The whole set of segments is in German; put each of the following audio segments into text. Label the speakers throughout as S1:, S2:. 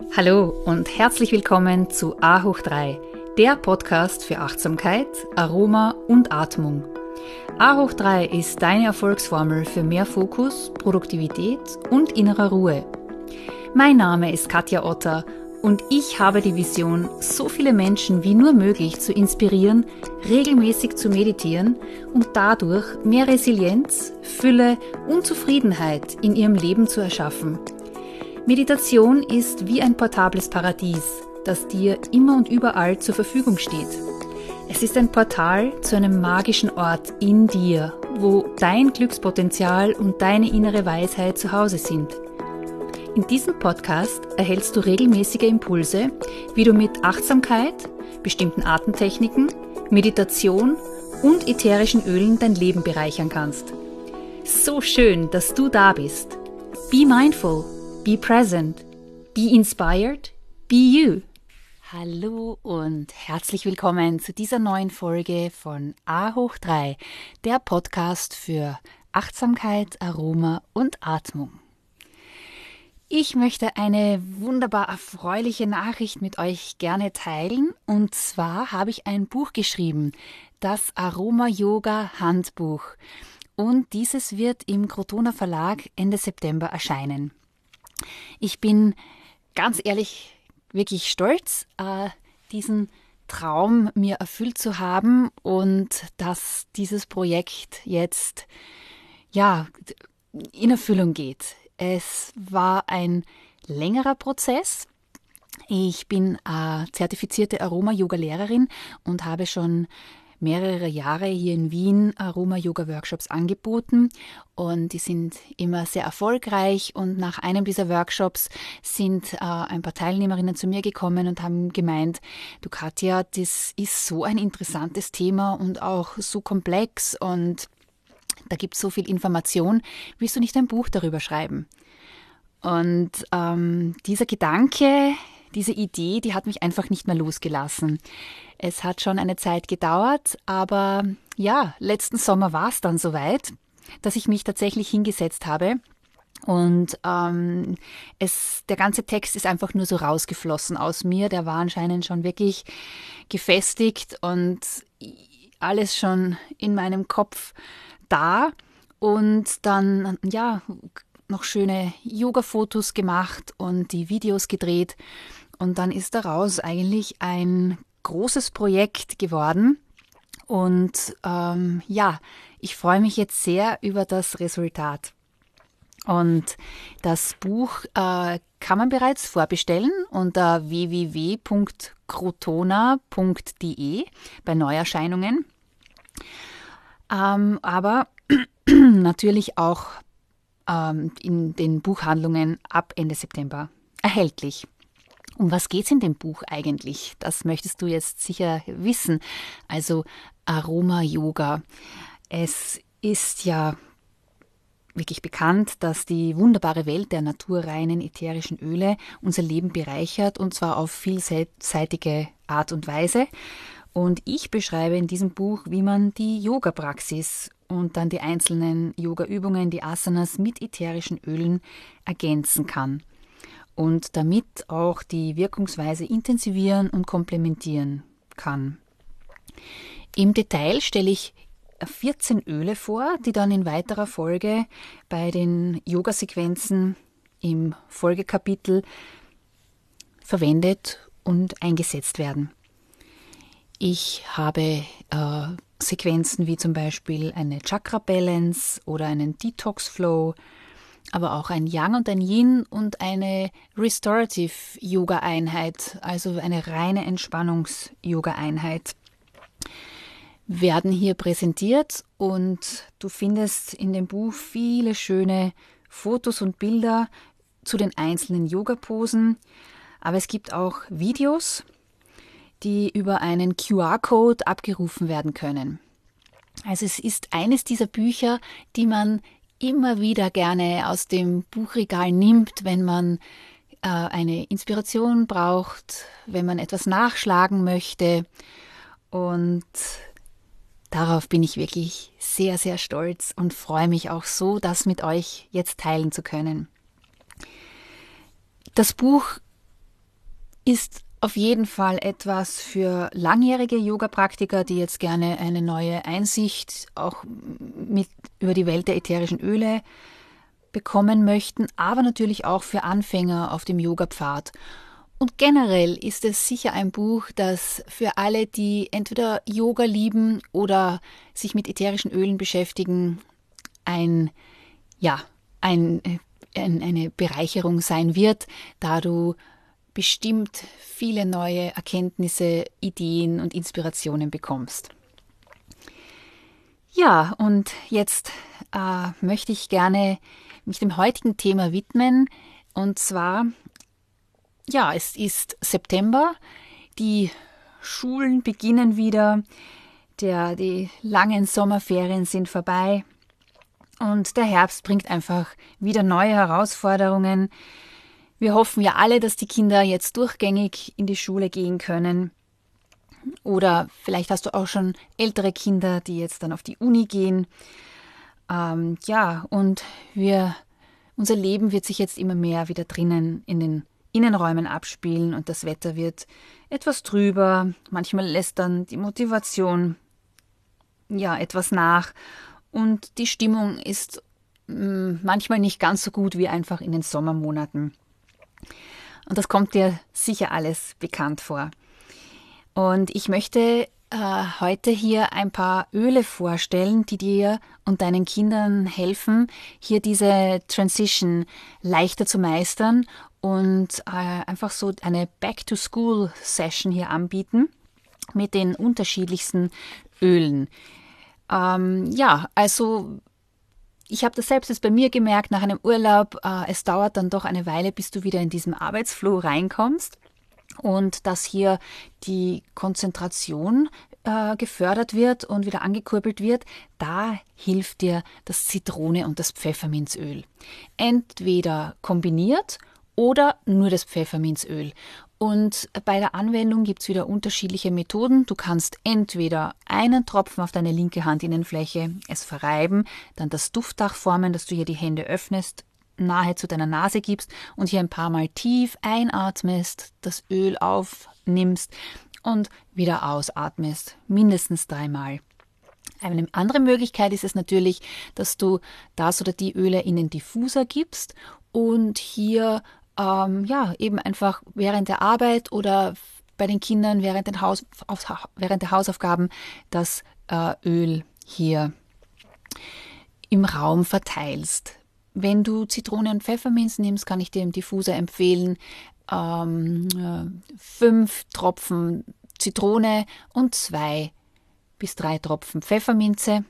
S1: Hallo und herzlich willkommen zu A hoch 3, der Podcast für Achtsamkeit, Aroma und Atmung. A hoch 3 ist deine Erfolgsformel für mehr Fokus, Produktivität und innere Ruhe. Mein Name ist Katja Otter und ich habe die Vision, so viele Menschen wie nur möglich zu inspirieren, regelmäßig zu meditieren und dadurch mehr Resilienz, Fülle und Zufriedenheit in ihrem Leben zu erschaffen. Meditation ist wie ein portables Paradies, das dir immer und überall zur Verfügung steht. Es ist ein Portal zu einem magischen Ort in dir, wo dein Glückspotenzial und deine innere Weisheit zu Hause sind. In diesem Podcast erhältst du regelmäßige Impulse, wie du mit Achtsamkeit, bestimmten Atemtechniken, Meditation und ätherischen Ölen dein Leben bereichern kannst. So schön, dass du da bist. Be mindful. Be present, be inspired, be you. Hallo und herzlich willkommen zu dieser neuen Folge von A hoch 3, der Podcast für Achtsamkeit, Aroma und Atmung. Ich möchte eine wunderbar erfreuliche Nachricht mit euch gerne teilen, und zwar habe ich ein Buch geschrieben, das Aroma Yoga Handbuch, und dieses wird im Crotona Verlag Ende September erscheinen. Ich bin ganz ehrlich wirklich stolz, diesen Traum mir erfüllt zu haben und dass dieses Projekt jetzt in Erfüllung geht. Es war ein längerer Prozess. Ich bin zertifizierte Aroma-Yoga-Lehrerin und habe schon mehrere Jahre hier in Wien Aroma-Yoga-Workshops angeboten, und die sind immer sehr erfolgreich, und nach einem dieser Workshops sind ein paar Teilnehmerinnen zu mir gekommen und haben gemeint: Du Katja, das ist so ein interessantes Thema und auch so komplex und da gibt es so viel Information, willst du nicht ein Buch darüber schreiben? Und dieser Gedanke, diese Idee, die hat mich einfach nicht mehr losgelassen. Es hat schon eine Zeit gedauert, aber ja, letzten Sommer war es dann soweit, dass ich mich tatsächlich hingesetzt habe. Und der ganze Text ist einfach nur so rausgeflossen aus mir. Der war anscheinend schon wirklich gefestigt und alles schon in meinem Kopf da. Und dann, noch schöne Yoga-Fotos gemacht und die Videos gedreht. Und dann ist daraus eigentlich ein großes Projekt geworden. Und ich freue mich jetzt sehr über das Resultat. Und das Buch kann man bereits vorbestellen unter www.crotona.de bei Neuerscheinungen. Aber natürlich auch in den Buchhandlungen ab Ende September erhältlich. Um was geht es in dem Buch eigentlich? Das möchtest du jetzt sicher wissen. Also Aroma-Yoga. Es ist ja wirklich bekannt, dass die wunderbare Welt der naturreinen ätherischen Öle unser Leben bereichert, und zwar auf vielseitige Art und Weise. Und ich beschreibe in diesem Buch, wie man die Yoga-Praxis und dann die einzelnen Yoga-Übungen, die Asanas mit ätherischen Ölen ergänzen kann und damit auch die Wirkungsweise intensivieren und komplementieren kann. Im Detail stelle ich 14 Öle vor, die dann in weiterer Folge bei den Yoga-Sequenzen im Folgekapitel verwendet und eingesetzt werden. Ich habe Sequenzen wie zum Beispiel eine Chakra Balance oder einen Detox Flow, aber auch ein Yang und ein Yin und eine Restorative Yoga Einheit, also eine reine Entspannungs-Yoga Einheit, werden hier präsentiert, und du findest in dem Buch viele schöne Fotos und Bilder zu den einzelnen Yoga-Posen, aber es gibt auch Videos, die über einen QR-Code abgerufen werden können. Also es ist eines dieser Bücher, die man immer wieder gerne aus dem Buchregal nimmt, wenn man eine Inspiration braucht, wenn man etwas nachschlagen möchte. Und darauf bin ich wirklich sehr, sehr stolz und freue mich auch so, das mit euch jetzt teilen zu können. Das Buch ist auf jeden Fall etwas für langjährige Yoga-Praktiker, die jetzt gerne eine neue Einsicht auch über die Welt der ätherischen Öle bekommen möchten, aber natürlich auch für Anfänger auf dem Yoga-Pfad. Und generell ist es sicher ein Buch, das für alle, die entweder Yoga lieben oder sich mit ätherischen Ölen beschäftigen, eine Bereicherung sein wird, da du bestimmt viele neue Erkenntnisse, Ideen und Inspirationen bekommst. Ja, und jetzt möchte ich gerne mich dem heutigen Thema widmen. Und zwar, ja, es ist September, die Schulen beginnen wieder, die langen Sommerferien sind vorbei und der Herbst bringt einfach wieder neue Herausforderungen. Wir hoffen ja alle, dass die Kinder jetzt durchgängig in die Schule gehen können. Oder vielleicht hast du auch schon ältere Kinder, die jetzt dann auf die Uni gehen. Und unser Leben wird sich jetzt immer mehr wieder drinnen in den Innenräumen abspielen und das Wetter wird etwas trüber. Manchmal lässt dann die Motivation etwas nach und die Stimmung ist manchmal nicht ganz so gut wie einfach in den Sommermonaten. Und das kommt dir sicher alles bekannt vor. Und ich möchte heute hier ein paar Öle vorstellen, die dir und deinen Kindern helfen, hier diese Transition leichter zu meistern und einfach so eine Back-to-School-Session hier anbieten mit den unterschiedlichsten Ölen. Ich habe das selbst jetzt bei mir gemerkt nach einem Urlaub. Es dauert dann doch eine Weile, bis du wieder in diesen Arbeitsflow reinkommst und dass hier die Konzentration gefördert wird und wieder angekurbelt wird. Da hilft dir das Zitrone- und das Pfefferminzöl. Entweder kombiniert oder nur das Pfefferminzöl. Und bei der Anwendung gibt es wieder unterschiedliche Methoden. Du kannst entweder einen Tropfen auf deine linke Handinnenfläche, es verreiben, dann das Duftdach formen, dass du hier die Hände öffnest, nahe zu deiner Nase gibst und hier ein paar Mal tief einatmest, das Öl aufnimmst und wieder ausatmest, mindestens 3 Mal. Eine andere Möglichkeit ist es natürlich, dass du das oder die Öle in den Diffuser gibst und hier eben einfach während der Arbeit oder bei den Kindern während der Hausaufgaben das Öl hier im Raum verteilst. Wenn du Zitrone und Pfefferminz nimmst, kann ich dir im Diffuser empfehlen 5 Tropfen Zitrone und 2 bis 3 Tropfen Pfefferminze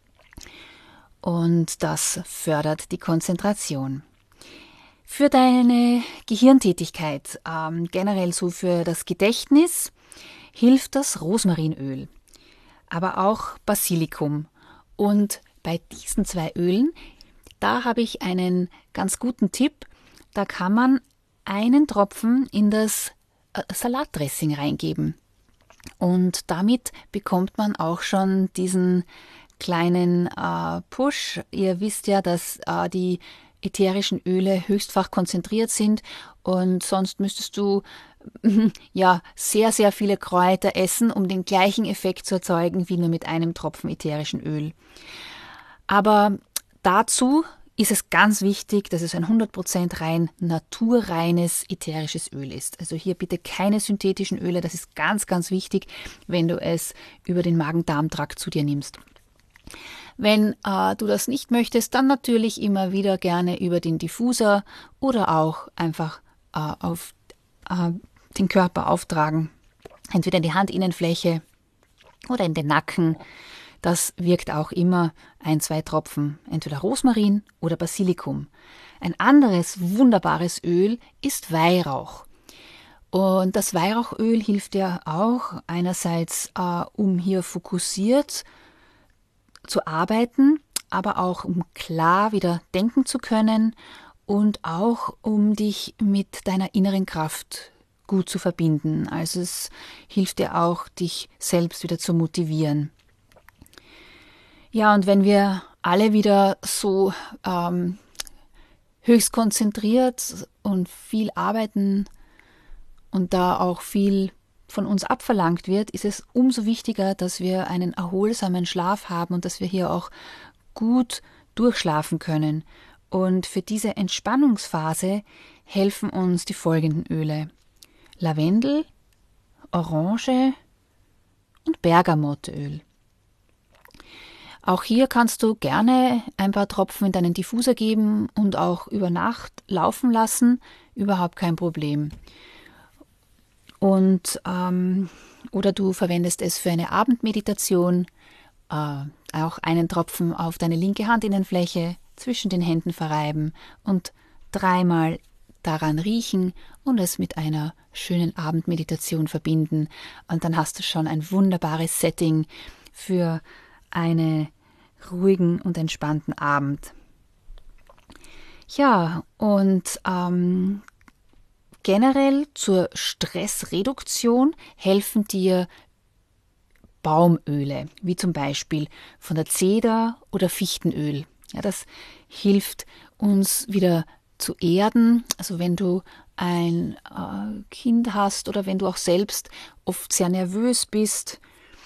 S1: und das fördert die Konzentration. Für deine Gehirntätigkeit, generell so für das Gedächtnis, hilft das Rosmarinöl, aber auch Basilikum. Und bei diesen 2 Ölen, da habe ich einen ganz guten Tipp. Da kann man einen Tropfen in das Salatdressing reingeben. Und damit bekommt man auch schon diesen kleinen Push. Ihr wisst ja, dass die ätherischen Öle höchstfach konzentriert sind und sonst müsstest du sehr, sehr viele Kräuter essen, um den gleichen Effekt zu erzeugen wie nur mit einem Tropfen ätherischen Öl. Aber dazu ist es ganz wichtig, dass es ein 100% rein naturreines ätherisches Öl ist. Also hier bitte keine synthetischen Öle, das ist ganz, ganz wichtig, wenn du es über den Magen-Darm-Trakt zu dir nimmst. Wenn du das nicht möchtest, dann natürlich immer wieder gerne über den Diffuser oder auch einfach auf den Körper auftragen. Entweder in die Handinnenfläche oder in den Nacken. Das wirkt auch immer 1-2 Tropfen, entweder Rosmarin oder Basilikum. Ein anderes wunderbares Öl ist Weihrauch. Und das Weihrauchöl hilft dir auch einerseits, um hier fokussiert zu arbeiten, aber auch um klar wieder denken zu können und auch um dich mit deiner inneren Kraft gut zu verbinden. Also es hilft dir auch, dich selbst wieder zu motivieren. Ja, und wenn wir alle wieder so höchst konzentriert und viel arbeiten und da auch viel von uns abverlangt wird, ist es umso wichtiger, dass wir einen erholsamen Schlaf haben und dass wir hier auch gut durchschlafen können. Und für diese Entspannungsphase helfen uns die folgenden Öle: Lavendel, Orange und Bergamottöl. Auch hier kannst du gerne ein paar Tropfen in deinen Diffuser geben und auch über Nacht laufen lassen, überhaupt kein Problem. Und oder du verwendest es für eine Abendmeditation, auch einen Tropfen auf deine linke Handinnenfläche zwischen den Händen verreiben und 3-mal daran riechen und es mit einer schönen Abendmeditation verbinden. Und dann hast du schon ein wunderbares Setting für einen ruhigen und entspannten Abend. Ja, und generell zur Stressreduktion helfen dir Baumöle, wie zum Beispiel von der Zeder- oder Fichtenöl. Ja, das hilft uns wieder zu erden. Also wenn du ein Kind hast oder wenn du auch selbst oft sehr nervös bist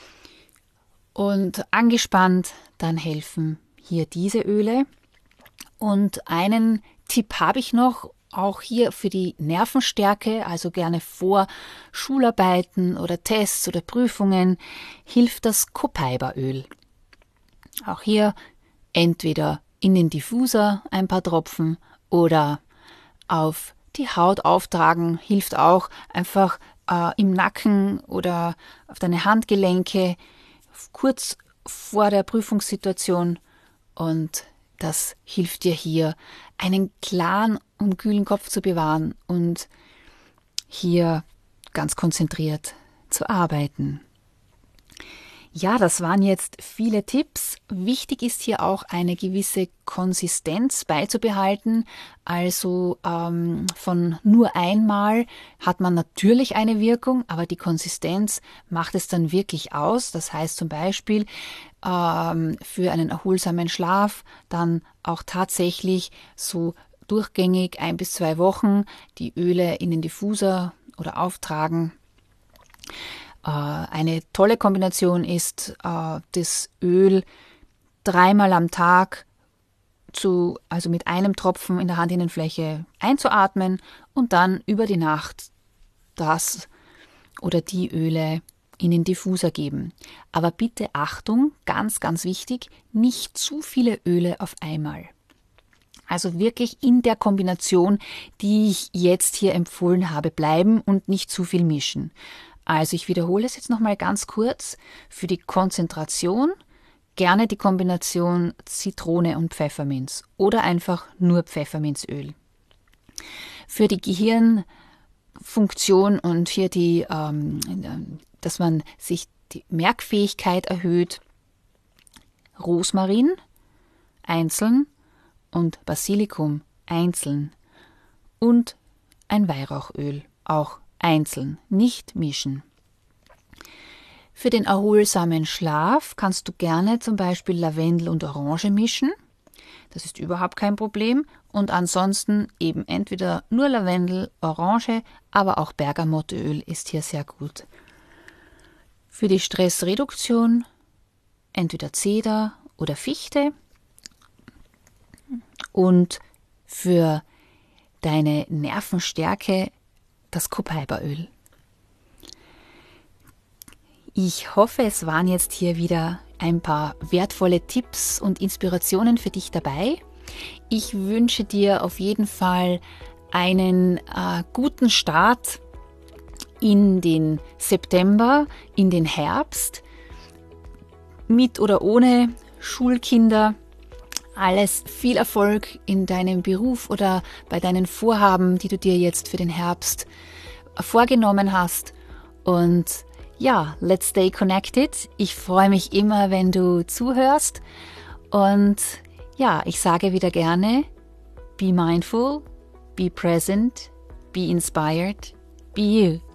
S1: und angespannt, dann helfen hier diese Öle. Und einen Tipp habe ich noch, auch hier für die Nervenstärke, also gerne vor Schularbeiten oder Tests oder Prüfungen, hilft das Copaiba-Öl. Auch hier entweder in den Diffuser ein paar Tropfen oder auf die Haut auftragen, hilft auch einfach im Nacken oder auf deine Handgelenke kurz vor der Prüfungssituation, und das hilft dir hier, einen klaren und kühlen Kopf zu bewahren und hier ganz konzentriert zu arbeiten. Ja, das waren jetzt viele Tipps. Wichtig ist hier auch eine gewisse Konsistenz beizubehalten. Also von nur einmal hat man natürlich eine Wirkung, aber die Konsistenz macht es dann wirklich aus. Das heißt zum Beispiel für einen erholsamen Schlaf dann auch tatsächlich so durchgängig 1 bis 2 Wochen die Öle in den Diffuser oder auftragen. Eine tolle Kombination ist, das Öl 3-mal am Tag also mit einem Tropfen in der Handinnenfläche einzuatmen und dann über die Nacht das oder die Öle in den Diffuser geben. Aber bitte Achtung, ganz, ganz wichtig, nicht zu viele Öle auf einmal. Also wirklich in der Kombination, die ich jetzt hier empfohlen habe, bleiben und nicht zu viel mischen. Also ich wiederhole es jetzt nochmal ganz kurz. Für die Konzentration gerne die Kombination Zitrone und Pfefferminz oder einfach nur Pfefferminzöl. Für die Gehirnfunktion und hier dass man sich die Merkfähigkeit erhöht, Rosmarin einzeln und Basilikum einzeln und ein Weihrauchöl auch einzeln, nicht mischen. Für den erholsamen Schlaf kannst du gerne zum Beispiel Lavendel und Orange mischen. Das ist überhaupt kein Problem. Und ansonsten eben entweder nur Lavendel, Orange, aber auch Bergamottöl ist hier sehr gut. Für die Stressreduktion entweder Zeder oder Fichte. Und für deine Nervenstärke das Copaiba-Öl. Ich hoffe, es waren jetzt hier wieder ein paar wertvolle Tipps und Inspirationen für dich dabei. Ich wünsche dir auf jeden Fall einen guten Start in den September, in den Herbst, mit oder ohne Schulkinder. Alles viel Erfolg in deinem Beruf oder bei deinen Vorhaben, die du dir jetzt für den Herbst vorgenommen hast. Und ja, let's stay connected. Ich freue mich immer, wenn du zuhörst. Und ja, ich sage wieder gerne, be mindful, be present, be inspired, be you.